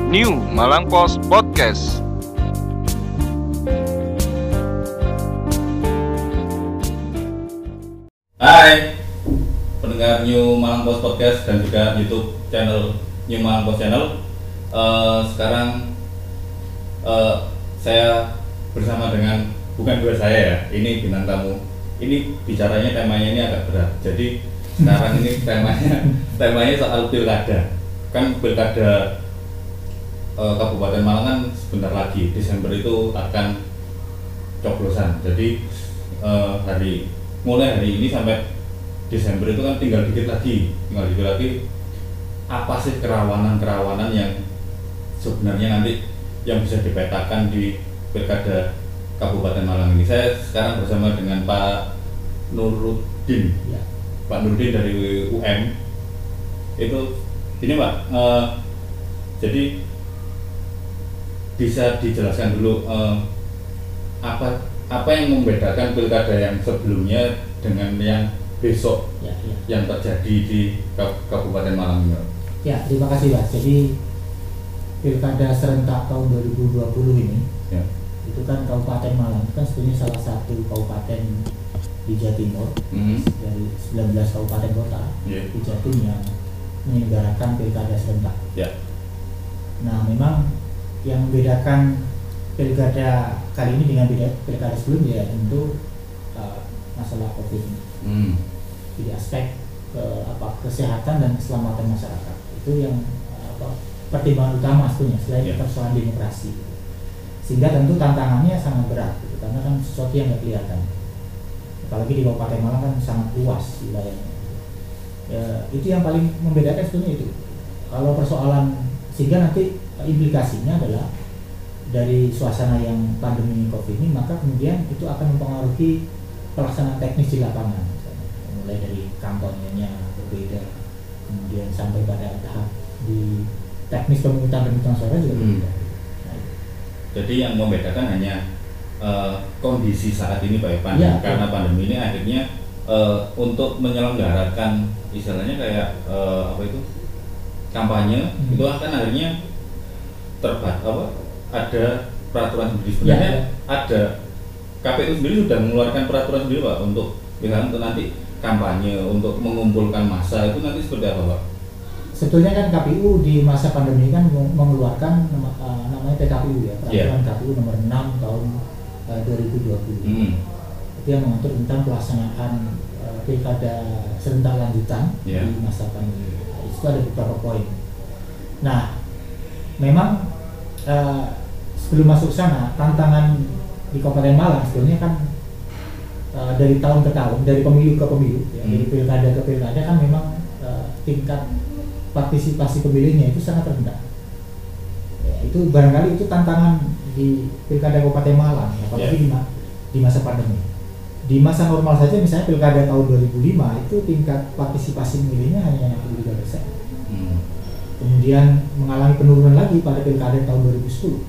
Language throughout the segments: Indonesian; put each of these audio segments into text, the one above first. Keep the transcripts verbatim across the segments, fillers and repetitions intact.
New Malang Post Podcast. Hai pendengar New Malang Post Podcast dan juga YouTube channel New Malang Post Channel. Uh, sekarang uh, saya bersama dengan bukan dua saya ya, ini bintang tamu. Ini bicaranya temanya ini agak berat. Jadi sekarang ini temanya temanya soal pilkada. Kan pilkada uh, Kabupaten Malang kan sebentar lagi Desember itu akan coblosan. Jadi uh, hari mulai hari ini sampai Desember itu kan tinggal dikit lagi, tinggal dikit lagi. Apa sih kerawanan-kerawanan yang sebenarnya nanti yang bisa dipetakan di pilkada Kabupaten Malang ini? Saya sekarang bersama dengan Pak Nurdin, ya. Pak Nurdin dari U M. Itu ini Pak, eh, jadi bisa dijelaskan dulu eh, apa apa yang membedakan pilkada yang sebelumnya dengan yang besok ya, ya. yang terjadi di Kabupaten Malang ini? Ya, terima kasih Pak. Jadi pilkada serentak tahun dua ribu dua puluh ini ya. Itu kan Kabupaten Malang itu kan sebetulnya salah satu kabupaten di Jawa Timur mm-hmm. dari sembilan belas kabupaten kota yeah. di Jatim yang menyelenggarakan pilkada serentak. Yeah. Nah, memang yang membedakan pilkada kali ini dengan beda pilkada sebelumnya tentu uh, masalah COVID ini. Mm. Di aspek ke, apa, kesehatan dan keselamatan masyarakat itu yang apa, pertimbangan utama sebetulnya selain yeah. persoalan demokrasi. Sehingga tentu tantangannya sangat berat gitu, karena kan sesuatu yang nggak kelihatan. Apalagi di Kabupaten Malang kan sangat luas wilayahnya. Ya, itu yang paling membedakan sebetulnya itu. Kalau persoalan sehingga nanti implikasinya adalah dari suasana yang pandemi COVID ini, maka kemudian itu akan mempengaruhi pelaksanaan teknis di lapangan, misalnya. Mulai dari kampanyenya berbeda, kemudian sampai pada tahap di teknis pemungutan pemungutan suara juga hmm. berbeda. Jadi yang membedakan hanya uh, kondisi saat ini Pak Evan, ya, karena ya. pandemi ini akhirnya uh, untuk menyelenggarakan istilahnya kayak uh, apa itu kampanye hmm. itu akan akhirnya terbat apa ada peraturan sendiri sebenarnya ya, ya. ada K P U sendiri sudah mengeluarkan peraturan sendiri Pak untuk misalnya untuk nanti kampanye untuk mengumpulkan massa itu nanti seperti apa Pak? Sebetulnya kan K P U di masa pandemi kan mengeluarkan nama, uh, namanya P K P U ya, peraturan yeah. K P U nomor enam tahun uh, dua ribu dua puluh. Mm. Itu yang mengatur tentang pelaksanaan uh, pilkada serentak lanjutan yeah. di masa pandemi. Nah, itu ada beberapa poin. Nah, memang uh, sebelum masuk sana tantangan di Kabupaten Malang sebetulnya kan uh, dari tahun ke tahun, dari pemilu ke pemilu, ya, mm. dari pilkada ke pilkada kan memang uh, tingkat partisipasi pemilihnya itu sangat rendah. Ya, itu barangkali itu tantangan di pilkada Kabupaten Malang, apalagi yeah. di, di masa pandemi. Di masa normal saja, misalnya pilkada tahun dua ribu lima itu tingkat partisipasi pemilihnya hanya enam puluh tiga persen. Hmm. Kemudian mengalami penurunan lagi pada pilkada tahun dua ribu sepuluh.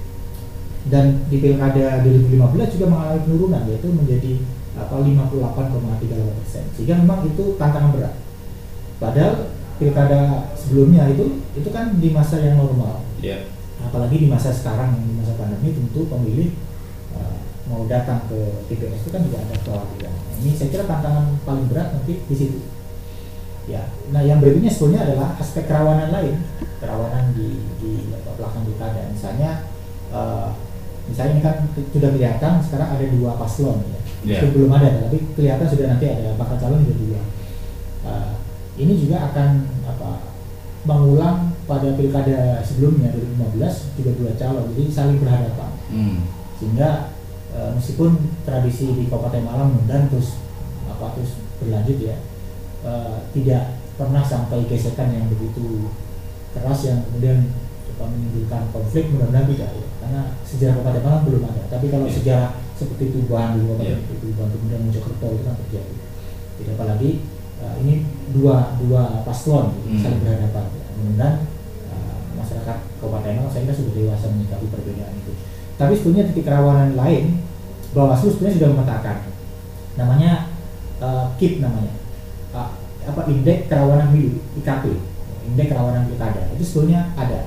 Dan di pilkada dua ribu lima belas juga mengalami penurunan, yaitu menjadi apa lima puluh delapan koma tiga delapan persen. Sehingga memang itu tantangan berat. Padahal pilkada sebelumnya itu itu kan di masa yang normal, yeah. apalagi di masa sekarang di masa pandemi tentu pemilih uh, mau datang ke T P S itu kan juga ada kekhawatiran. Nah, ini saya kira tantangan paling berat nanti di situ. Ya, nah yang berikutnya sebetulnya adalah aspek kerawanan lain, kerawanan di di pelaksanaan pilkada. Misalnya, uh, misalnya ini kan sudah kelihatan sekarang ada dua paslon ya, yeah. itu belum ada, tapi kelihatan sudah nanti ada bakal calon ada dua. Uh, Ini juga akan apa mengulang pada pilkada sebelumnya dua ribu lima belas juga dua calon, jadi saling berhadapan. Hmm. Sehingga e, meskipun tradisi di Kabupaten Malang dan terus apa terus berlanjut ya, e, tidak pernah sampai gesekan yang begitu keras yang kemudian apa, menimbulkan konflik, mudah-mudahan tidak ya. Karena sejarah Kabupaten Malang belum ada. Tapi kalau yeah. sejarah seperti Tuban dulu, yeah. Tuban kemudian Mojokerto itu kan terjadi. Tidak apalagi Uh, ini dua dua paslon hmm. saling berhadapan. Ya. Mudah-mudahan uh, masyarakat Kabupaten Malang saya kira sudah dewasa menyikapi perbedaan itu. Tapi sebetulnya titik kerawanan lain, Bawaslu sebetulnya sudah memetakan, namanya uh, K I P namanya, uh, apa Indeks Kerawanan Pemilu, I K P, Indeks Kerawanan Pilkada. Itu sebetulnya ada.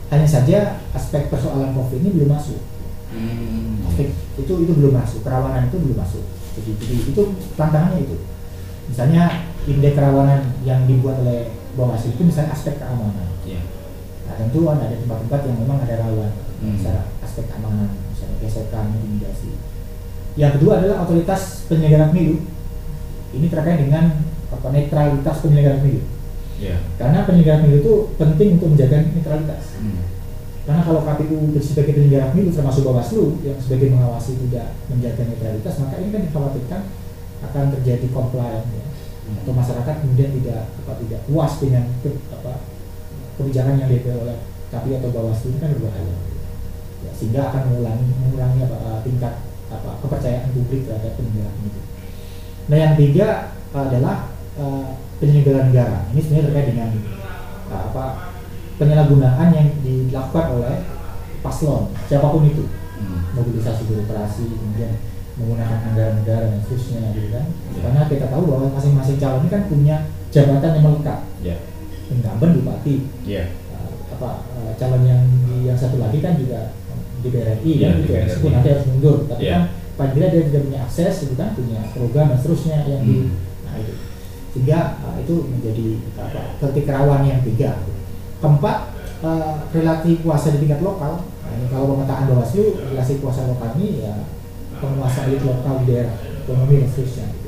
hanya saja aspek persoalan COVID ini belum masuk. Hmm. Aspek itu itu belum masuk, kerawanan itu belum masuk. Jadi, jadi itu tantangannya itu. Misalnya indeks kerawanan yang dibuat oleh Bawaslu itu misalnya aspek keamanan. Yeah. Nah, tentu ada tempat-tempat yang memang ada rawan hmm. secara aspek keamanan, misalnya gesekan, intimidasi. Yang kedua adalah otoritas penyelenggara pemilu. Ini terkait dengan apa, netralitas penyelenggara pemilu. Yeah. Karena penyelenggara pemilu itu penting untuk menjaga netralitas. Hmm. Karena kalau K P U sebagai penyelenggara pemilu termasuk Bawaslu yang sebagai mengawasi tidak menjaga netralitas, maka ini kan dikhawatirkan akan terjadi komplain ya. Hmm. Atau masyarakat kemudian tidak apa, tidak puas dengan ke, apa, kebijakan yang diambil oleh K P U atau Bawaslu ini kan berbahaya. Ya, sehingga akan mengurangi mengurangi apa, tingkat apa, kepercayaan publik terhadap penyelenggara pemilu. Nah yang tiga adalah uh, penyelenggara negara. Ini sebenarnya terkait dengan uh, apa penyalahgunaan yang dilakukan oleh paslon siapapun itu, hmm. mobilisasi birokrasi, kemudian menggunakan anggaran negara dan seterusnya, gitu kan? Yeah. Karena kita tahu bahwa masing-masing calon ini kan punya jabatan yang melekat, yeah. incumbent bupati, yeah. uh, apa uh, calon yang yang satu lagi kan juga di B R I, yeah, kan, gitu, meskipun nanti harus mundur, tapi yeah. kan paling tidak dia tidak punya akses, gitu kan, punya program dan seterusnya yang hmm. di, nah itu, sehingga uh, itu menjadi apa titik rawan yang tiga. Keempat, uh, relasi kuasa di tingkat lokal. Nah, ini kalau pemetaan Bawaslu, relasi kuasa lokal ini ya penguasa elit lokal di daerah, ekonomi dan seterusnya. Gitu.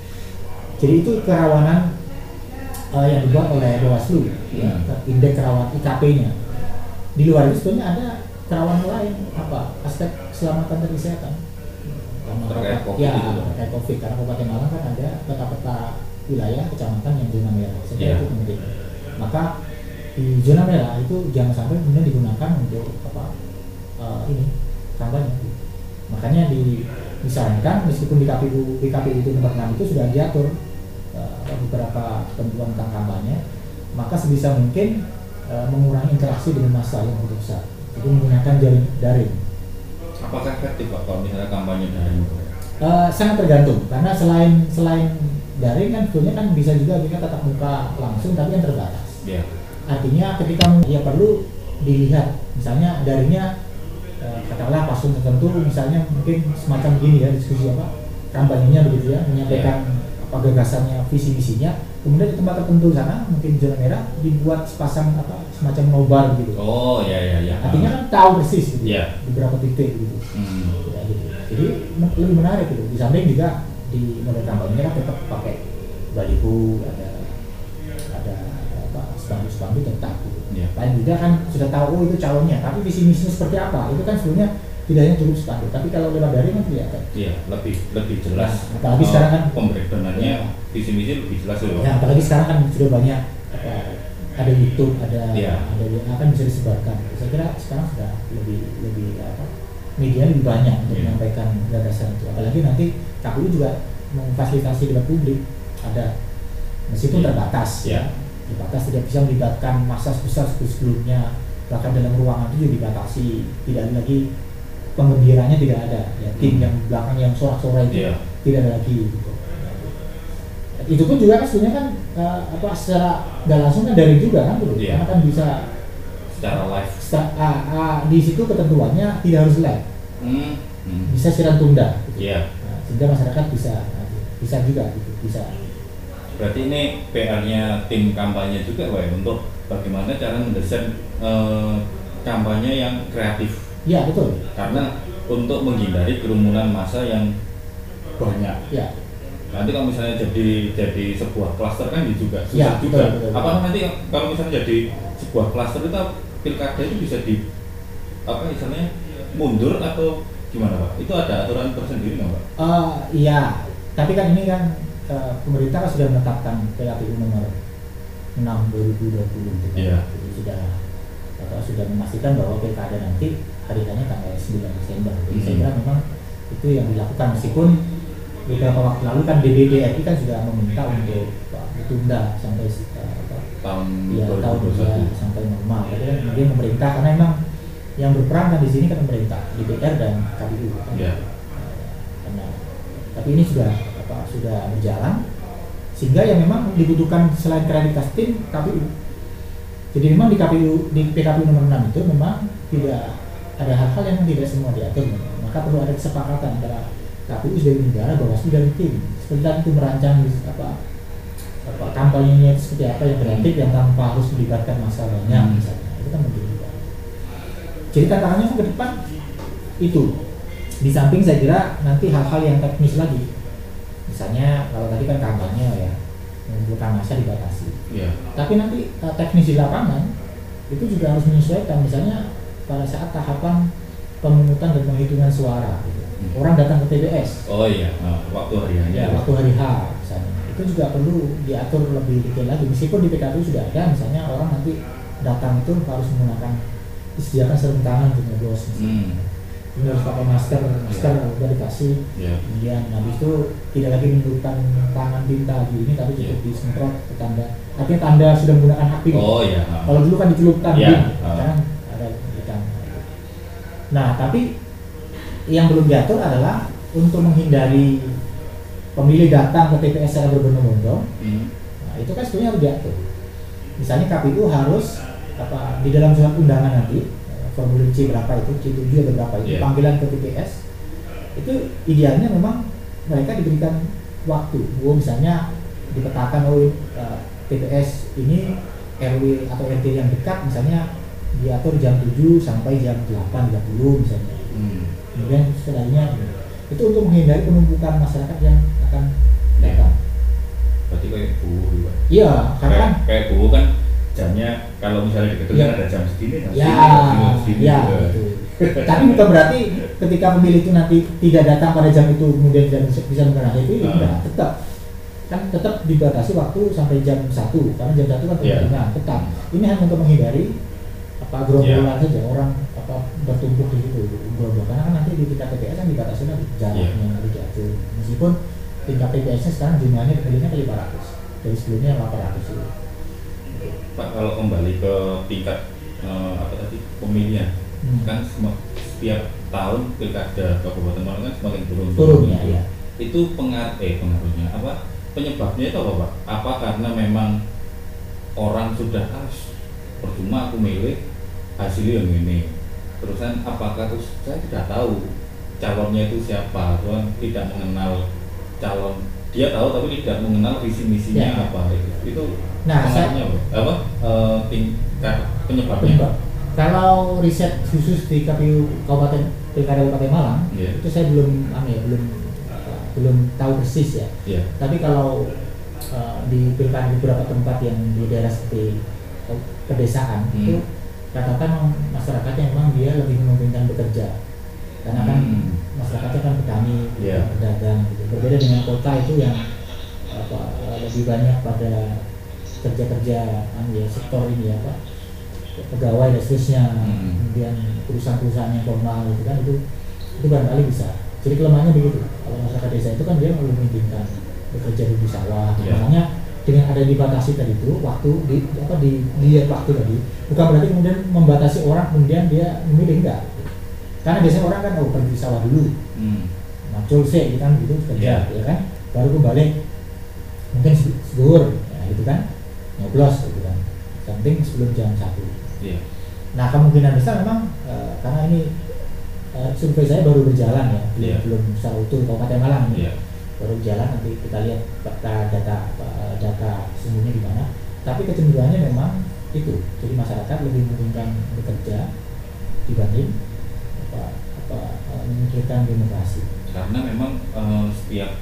Jadi itu kerawanan uh, yang dibuat oleh Bawaslu, hmm. ya, indeks kerawanan I K P-nya. Di luar itu sebenarnya ada kerawanan lain, apa aspek keselamatan dan kesehatan. Terkait COVID ya, itu. Terkait COVID, karena Kabupaten Malang kan ada peta-peta wilayah kecamatan yang zona merah. Sehingga yeah. itu penting. Maka di zona merah itu jangan sampai kemudian digunakan untuk apa uh, ini kampanye. Makanya di, disarankan meskipun di K P U di K P U itu nomor enam itu sudah diatur uh, beberapa ketentuan tentang kampanye, maka sebisa mungkin uh, mengurangi interaksi dengan massa yang begitu besar. Jadi menggunakan jaring daring. Apakah efektif Pak kalau misalnya kampanye daring? Uh, sangat tergantung karena selain selain daring kan sebetulnya kan bisa juga kita tatap muka langsung tapi kan terbatas. Yeah. Artinya ketika ya perlu dilihat misalnya daringnya eh, katakanlah paslon tertentu misalnya mungkin semacam gini ya diskusi apa kampanyenya begitu ya menyampaikan yeah. apa gagasannya visi misinya kemudian di tempat tertentu sana mungkin zona merah dibuat sepasang apa semacam nobar gitu. Oh ya ya ya. Artinya kan tahu persis gitu yeah. di beberapa titik gitu. Hmm. Ya, gitu. Jadi lebih menarik gitu. Di samping juga di model kampanye kan tetap pakai baliho ada ada spanduk-spanduk tetap gitu. Yeah. Paling tidak kan sudah tahu oh itu calonnya, tapi visi misinya seperti apa itu kan sebenarnya tidak hanya cukup spanduk, tapi kalau lewat daring kan kelihatan. Iya, yeah, lebih lebih jelas. Nah, apalagi oh, sekarang kan pemberitaannya ya, visi misi lebih jelas loh. Ya, apalagi sekarang kan sudah banyak apa, ada YouTube, ada yeah. ada yang akan bisa disebarkan. Saya kira sekarang sudah lebih lebih apa media lebih banyak untuk yeah. menyampaikan gagasan itu. Apalagi nanti K P U juga memfasilitasi debat publik ada meskipun yeah. terbatas yeah. ya. Dibatas tidak bisa melibatkan massa besar seperti sebelumnya, bahkan dalam ruangan itu juga dibatasi, tidak ada lagi penggembiranya tidak ada, ya tim yang belakang yang sorak-sorai itu yeah. tidak ada lagi. Gitu. Itu pun juga kan sebenarnya kan uh, apa secara nggak langsung kan dari juga kan, gitu. Yeah. Karena kan bisa secara live. Sta, uh, uh, di situ ketentuannya tidak harus live, mm. Mm. bisa siaran tunda, gitu. Yeah. Nah, sehingga masyarakat bisa nah, bisa juga, gitu. bisa. Berarti ini P R-nya tim kampanye juga, Pak, untuk bagaimana cara mendesain eh, kampanye yang kreatif. Ya betul. Karena untuk menghindari kerumunan massa yang banyak. Ya. Nanti kalau misalnya jadi jadi sebuah klaster kan juga susah ya, juga. Betul, betul, apa betul. nanti kalau misalnya jadi sebuah klaster itu pilkada itu bisa di apa misalnya mundur atau gimana, Pak? Itu ada aturan tersendiri nggak, Pak? Uh, iya. Tapi kan ini kan Uh, pemerintah kan sudah menetapkan P K P U nomor enam dua ribu dua puluh gitu. Yeah. Jadi sudah atau sudah memastikan bahwa pilkada nanti hari hanya tanggal sembilan Desember. Jadi mm-hmm. saya kira memang itu yang dilakukan meskipun beberapa waktu lalu kan D P D R I kan sudah meminta untuk uh, ditunda sampai uh, tahun ya, tahun ya, sampai normal. Tapi kan kemudian pemerintah karena memang yang berperan kan di sini kan pemerintah, D P R dan K P U. Kan? Yeah. Uh, karena tapi ini sudah apa sudah berjalan sehingga yang memang dibutuhkan selain kreativitas tim K P U Jadi memang di K P U di P K P U nomor enam itu memang tidak ada hal-hal yang tidak semua diatur. Maka perlu ada kesepakatan antara K P U sebagai negara, Bawaslu dan tim. Seperti tadi itu merancang apa apa kampanyenya seperti apa yang kreatif yang tanpa harus melibatkan massa banyak hmm. misalnya. Itu kan menjadi juga. Jadi tantangannya ke depan itu. Di samping saya kira nanti hal-hal yang teknis lagi. Misalnya kalau tadi kan kampanye ya, mengumpulkan massa dibatasi. Yeah. Tapi nanti uh, teknis di lapangan itu juga harus menyesuaikan. Misalnya pada saat tahapan pemungutan dan penghitungan suara, gitu. hmm. orang datang ke T B S. Oh iya, nah, waktu hari H. Ya, waktu hari H misalnya. Itu juga perlu diatur lebih detail lagi. Meskipun di P K P U sudah ada, misalnya orang nanti datang itu harus menggunakan disediakan sarung tangan untuk nyoblos. Hmm. Ini harus pakai masker, masker yeah. udah dikasih. Yeah. Kemudian habis itu tidak lagi menunjukkan tangan tinta di ini, tapi cukup yeah. disemprot ke tanda. Artinya tanda sudah menggunakan hak pilih. Oh iya. Yeah. Kalau dulu kan dicelupkan, yeah. gitu, uh. kan ada hitam. Nah, tapi yang belum diatur adalah untuk menghindari pemilih datang ke T P S secara berbondong-bondong. Mm. Nah, itu kan sebenarnya harus diatur. Misalnya K P U harus apa di dalam surat undangan nanti formulir C berapa itu, C tujuh atau berapa itu, yeah. panggilan ke T P S itu idealnya memang mereka diberikan waktu. Oh, misalnya dipetakan oleh uh, T P S ini R W atau R T yang dekat misalnya diatur jam tujuh sampai jam delapan tiga puluh misalnya. Hmm. Kemudian setelahnya itu untuk menghindari penumpukan masyarakat yang akan datang. Berarti kayak buku juga. Iya, karena kan kayak buku kan jamnya kalau misalnya di gedung ya. Ada jam segini, jam ya, segini, segini ya, tapi bukan berarti ketika pemilih itu nanti tidak datang pada jam itu kemudian tidak bisa menggunakan itu, uh. enggak, tetap kan tetap dibatasi waktu sampai jam satu karena jam satu kan penghitungan, yeah. tetap. Ini hanya untuk menghindari apa gerombolan yeah. saja orang apa bertumpuk di situ, gerombolan karena kan nanti di tingkat T P S kan dibatasi lagi jaraknya yeah. harus diatur. Meskipun tingkat T P S-nya sekarang jumlahnya pemilihnya ke lima ratus dari sebelumnya delapan ratus itu. Pak, kalau kembali ke tingkat uh, apa tadi pemilihan hmm. kan sem- setiap tahun pilkada Kabupaten Malang kan semakin turun. Turunnya ya. Itu pengaruh eh pengaruhnya apa penyebabnya itu apa Pak? Apa karena memang orang sudah ah, percuma aku milih hasilnya yang ini. Terusan apakah terus saya tidak tahu calonnya itu siapa, tuan tidak mengenal calon. Dia tahu tapi tidak mengenal visi misinya ya, apa itu. Itu nah, pengaruhnya apa? Apa? E, tingkat penyebabnya. Penyebab. Kalau riset khusus di K P U Kabupaten Pilkada Kabupaten Malang, yeah. itu saya belum ya, belum uh, belum tahu persis ya. Yeah. Tapi kalau uh, di pilkada beberapa tempat yang di daerah seperti pedesaan hmm. itu katakan masyarakatnya memang dia lebih mementingkan bekerja. Karena kan hmm. masyarakatnya kan petani, yeah. pedagang, gitu. Berbeda dengan kota itu yang apa, lebih banyak pada kerja-kerja ya, sektor ini apa pegawai dan seterusnya, hmm. kemudian perusahaan-perusahaan yang formal itu kan itu itu barangkali bisa. Jadi kelemahannya begitu. Kalau masyarakat desa itu kan dia lebih mementingkan bekerja di sawah, yeah. makanya dengan ada dibatasi tadi itu waktu di apa di dilihat waktu tadi bukan berarti kemudian membatasi orang kemudian dia memilih enggak. Karena biasanya orang kan oh pergi sawah dulu, hmm. macul sih kan gitu kerja, yeah. ya kan, baru kembali mungkin sedur, ya, gitu kan, nyoblos gitu kan, penting sebelum jam satu. Yeah. Nah kemungkinan besar memang uh, karena ini uh, survei saya baru berjalan ya, belum yeah. belum secara utuh Kabupaten Malang ini, yeah. baru berjalan nanti kita lihat data data data sesungguhnya di mana. Tapi kecenderungannya memang itu, jadi masyarakat lebih mementingkan bekerja dibanding apa apa memikirkan demokrasi. Karena memang uh, setiap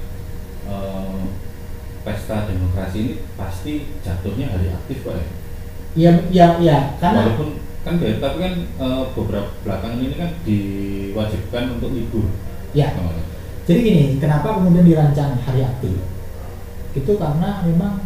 uh, pesta demokrasi ini pasti jatuhnya hari aktif Pak ya. Iya iya iya karena walaupun kan ya, tapi kan uh, beberapa belakangan ini kan diwajibkan untuk libur. Ya. Oh. Jadi gini, kenapa kemudian dirancang hari aktif? Itu karena memang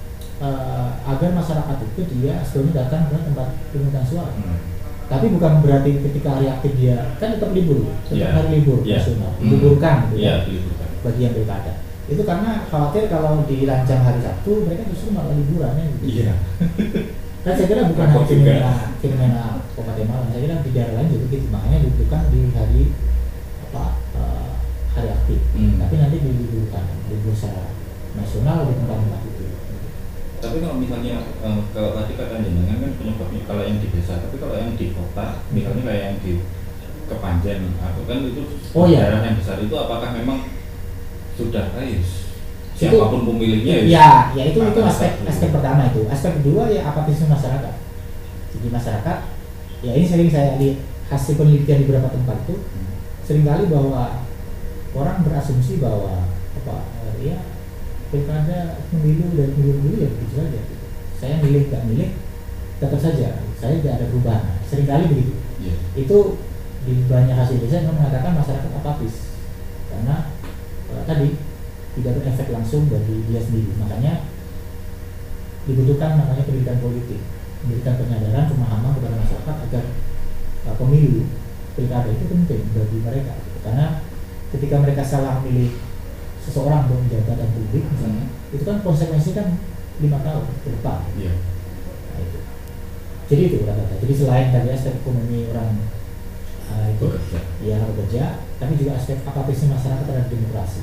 uh, agar masyarakat itu dia sebelumnya datang ke tempat pemungutan suara. Hmm. Tapi bukan berarti ketika hari aktif dia kan tetap libur, tetap yeah. hari libur yeah. nasional, diliburkan gitu yeah, ya, diliburkan. Bagi yang pilkada. Itu karena khawatir kalau dirancang hari Sabtu mereka justru malah liburannya gitu. Iya. Yeah. Dan saya kira bukan hanya fenomena fenomena Kabupaten Malang, saya kira di daerah lain juga gitu. Makanya dibutuhkan di hari apa uh, hari aktif, hmm. tapi nanti diliburkan, libur secara nasional di tempat-tempat itu. Tapi Tapi kalau misalnya uh, kalau tadi kata jenengan kan penyebabnya kalau yang di desa, tapi kalau yang di kota, misalnya kayak yang di Kepanjen atau kan itu oh, iya. daerah yang besar itu apakah memang sudah guys siapapun itu, pemiliknya ya, ya itu itu aspek aspek pertama itu. Aspek kedua ya apatisme masyarakat. Jadi masyarakat, ya ini sering saya lihat hasil penelitian di beberapa tempat itu hmm. seringkali bahwa orang berasumsi bahwa apa ya pilkada pemilu dan pemilu ya begitu saja. Saya milih nggak milih tetap saja saya tidak ada perubahan. Seringkali begitu. Yeah. Itu di banyak hasil riset mengatakan masyarakat apatis karena uh, tadi tidak berefek langsung bagi dia sendiri. Makanya dibutuhkan namanya pendidikan politik, memberikan penyadaran pemahaman kepada masyarakat agar uh, pemilu pilkada itu penting bagi mereka. Karena ketika mereka salah memilih seseorang untuk menjaga dan publik misalnya, hmm. itu kan konsekuensi kan lima tahun ke depan. Yeah. Nah, itu. Jadi itu kata-kata. Jadi selain tadi aspek ekonomi orang uh, itu bekerja. Ya bekerja, tapi juga aspek apatisme masyarakat terhadap demokrasi.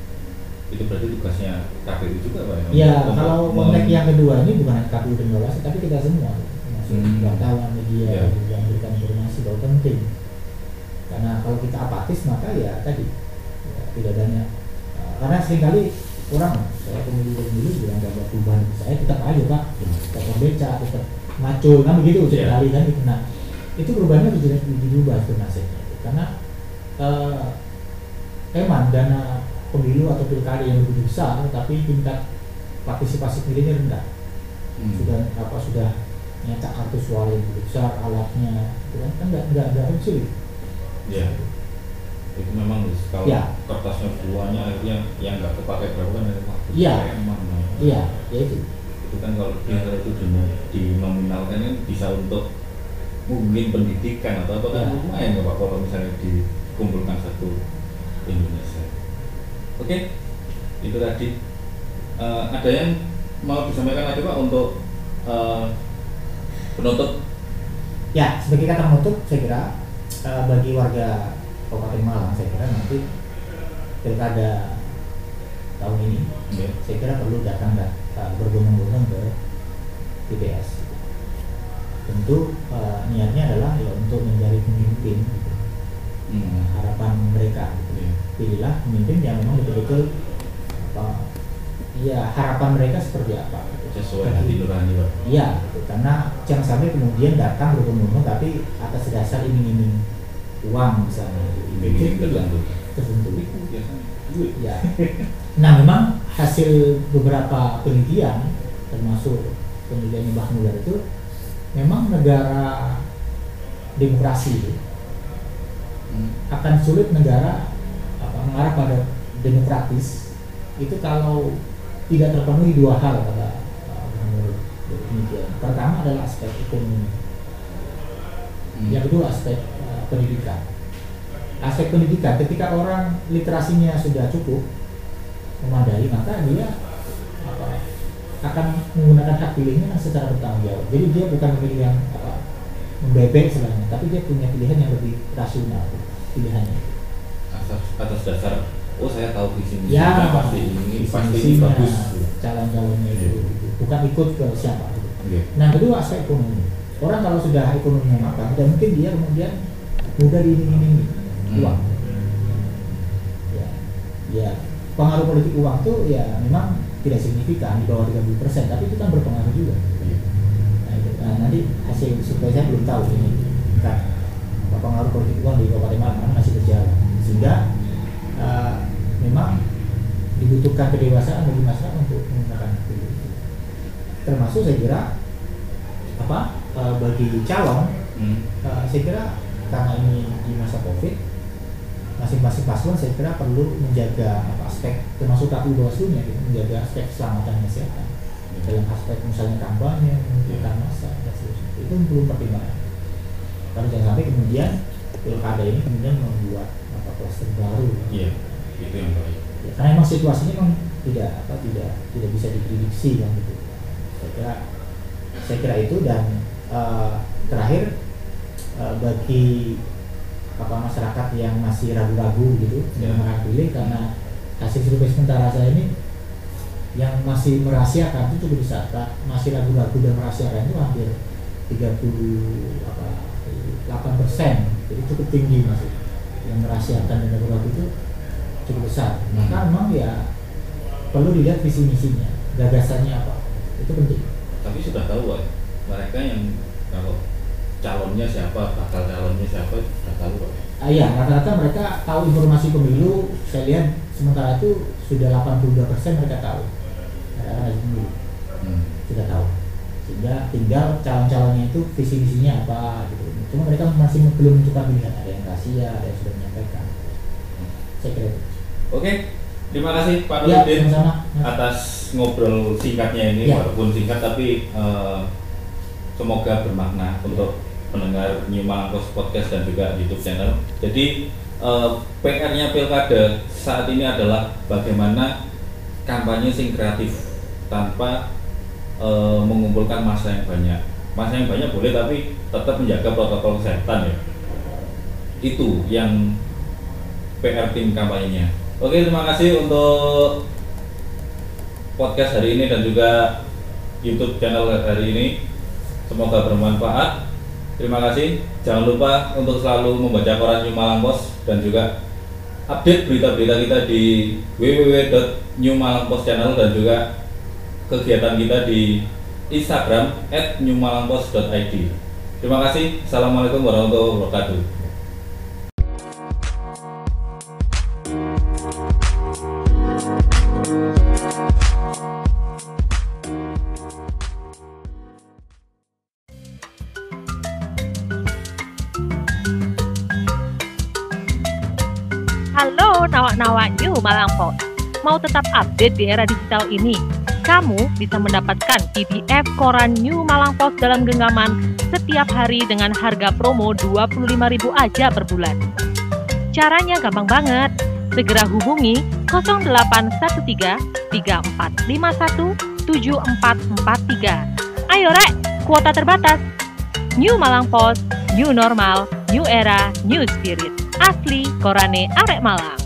Itu berarti tugasnya K P U juga Pak? Ya, kalau konteks yang kedua ini bukan hanya K P U dan Bawaslu, tapi kita semua, termasuk hmm. wartawan, media, yeah. yang memberikan informasi bahwa penting. Karena kalau kita apatis maka ya tadi ya, tidak adanya. Uh, karena seringkali orang saya pemilu pemilu bilang gak ada perubahan, saya tetap aja Pak, tetap beca, tetap macul, kan begitu seringkali yeah. kan itu. Nah, itu perubahannya bisa dirubah sebenarnya, karena uh, emang dana pemilu atau pilkada yang begitu besar, tapi tingkat partisipasi pemilihnya rendah. Hmm. Sudah apa sudah nyetak kartu suara yang begitu besar, alatnya, itu kan kan nggak nggak nggak sulit. Ya, itu memang kalau ya. kertasnya buahnya akhirnya yang nggak kepakai berapa kan dari waktu. Iya. Iya, ya itu. Itu kan kalau dia itu dinominalkan kan bisa untuk mungkin pendidikan atau apa kan ya. Lumayan ya Pak kalau misalnya dikumpulkan satu Indonesia. Oke, itu tadi uh, ada yang mau disampaikan lagi Pak untuk uh, penutup? Ya, sebagai kata penutup saya kira uh, bagi warga Kabupaten Malang saya kira nanti pilkada tahun ini okay. saya kira perlu datang uh, berbondong-bondong ke T P S. Tentu uh, niatnya adalah ya untuk mencari pemimpin. Gitu. Hmm. Harapan mereka. Gitu. Yeah. Pilihlah pemimpin yang memang betul-betul apa ya harapan mereka seperti apa gitu. Sesuai hati nurani Pak. Iya gitu. Karena jangan sampai kemudian datang bertemu tapi atas dasar iming-iming uang misalnya iming-iming tertentu tertentu ya. Nah memang hasil beberapa penelitian termasuk penelitian Mbah Mular itu memang negara demokrasi itu hmm. akan sulit negara mengarah pada demokratis itu kalau tidak terpenuhi dua hal pada uh, menurut demikian. Pertama adalah aspek ekonomi, hmm. yang kedua aspek uh, pendidikan. Aspek pendidikan ketika orang literasinya sudah cukup memadai maka dia apa, akan menggunakan hak pilihnya secara bertanggung jawab. Jadi dia bukan memilih yang apa, membebek selainnya, tapi dia punya pilihan yang lebih rasional pilihannya. Atas dasar oh saya tahu visi misi ya, pasti ini pasti ini bagus calon-calonnya itu gitu. Bukan ikut ke siapa gitu. Okay. Nah kedua aspek ekonomi, orang kalau sudah ekonominya matang tidak mungkin dia kemudian mudah diiming-imingi hmm. uang ya, ya pengaruh politik uang tuh ya memang tidak signifikan di bawah tiga puluh persen tapi itu kan berpengaruh juga. Nah, itu. Nah nanti hasil survei saya belum tahu ini kan pengaruh politik uang di Kabupaten Malang masih berjalan. Sehingga uh, memang dibutuhkan kedewasaan bagi masyarakat untuk menggunakan itu. Termasuk saya kira apa uh, bagi calon, hmm. uh, saya kira karena ini di masa Covid, masing-masing paslon saya kira perlu menjaga apa, aspek termasuk K P U Bawaslu-nya gitu, menjaga aspek keselamatan kesehatan hmm. dalam aspek misalnya kampanye, menentukan masa dan seterusnya. Itu belum pertimbangan. Kalau jangan sampai kemudian pilkada ini kemudian membuat kluster baru. Iya, itu yang baik. Ya, karena memang situasinya memang tidak apa tidak tidak bisa diprediksi kan gitu. Saya kira saya kira itu dan uh, terakhir uh, bagi apa masyarakat yang masih ragu-ragu gitu yeah. dengan pilih karena hasil survei sementara saya ini Yang masih merahasiakan itu cukup besar, Pak. Masih ragu-ragu dan merahasiakan itu hampir tiga puluh delapan persen, jadi cukup tinggi masih. Yang merahasiakan dan ragu-ragu itu cukup besar. Maka memang ya perlu dilihat visi misinya, gagasannya apa, itu penting. Tapi sudah tahu Pak, mereka yang kalau calonnya siapa, bakal calonnya siapa sudah tahu Pak. Ah, iya, rata-rata mereka tahu informasi pemilu. Saya lihat sementara itu sudah delapan puluh dua persen mereka tahu. Ada pemilu hmm. sudah tahu. Sehingga tinggal calon-calonnya itu visi misinya apa gitu. Cuma mereka masih belum menentukan pilihan. Ada yang rahasia, ada yang sudah menyampaikan. Hmm. Saya kira itu. Oke, terima kasih Pak Ya, Nurdin sama-sama, atas ngobrol singkatnya ini, ya. Walaupun singkat tapi uh, semoga bermakna untuk pendengar New Malang Post Podcast dan juga YouTube channel. Jadi uh, P R-nya Pilkada saat ini adalah bagaimana kampanye sing kreatif tanpa uh, mengumpulkan massa yang banyak. Massa yang banyak boleh tapi tetap menjaga protokol kesehatan ya. Itu yang P R tim kampanyenya. Oke, terima kasih untuk podcast hari ini dan juga YouTube channel hari ini. Semoga bermanfaat. Terima kasih. Jangan lupa untuk selalu membaca koran New Malang Post dan juga update berita-berita kita di w w w dot new malang post channel dan juga kegiatan kita di Instagram at new malang post dot i d. Terima kasih. Assalamualaikum warahmatullahi wabarakatuh. Halo nawak-nawak New Malang Post. Mau tetap update di era digital ini? Kamu bisa mendapatkan P D F koran New Malang Post dalam genggaman setiap hari dengan harga promo dua puluh lima ribu aja per bulan. Caranya gampang banget. Segera hubungi nol delapan satu tiga tiga empat lima satu tujuh empat empat tiga. Ayo rek, kuota terbatas. New Malang Post, new normal, new era, new spirit. Asli korane arek Malang.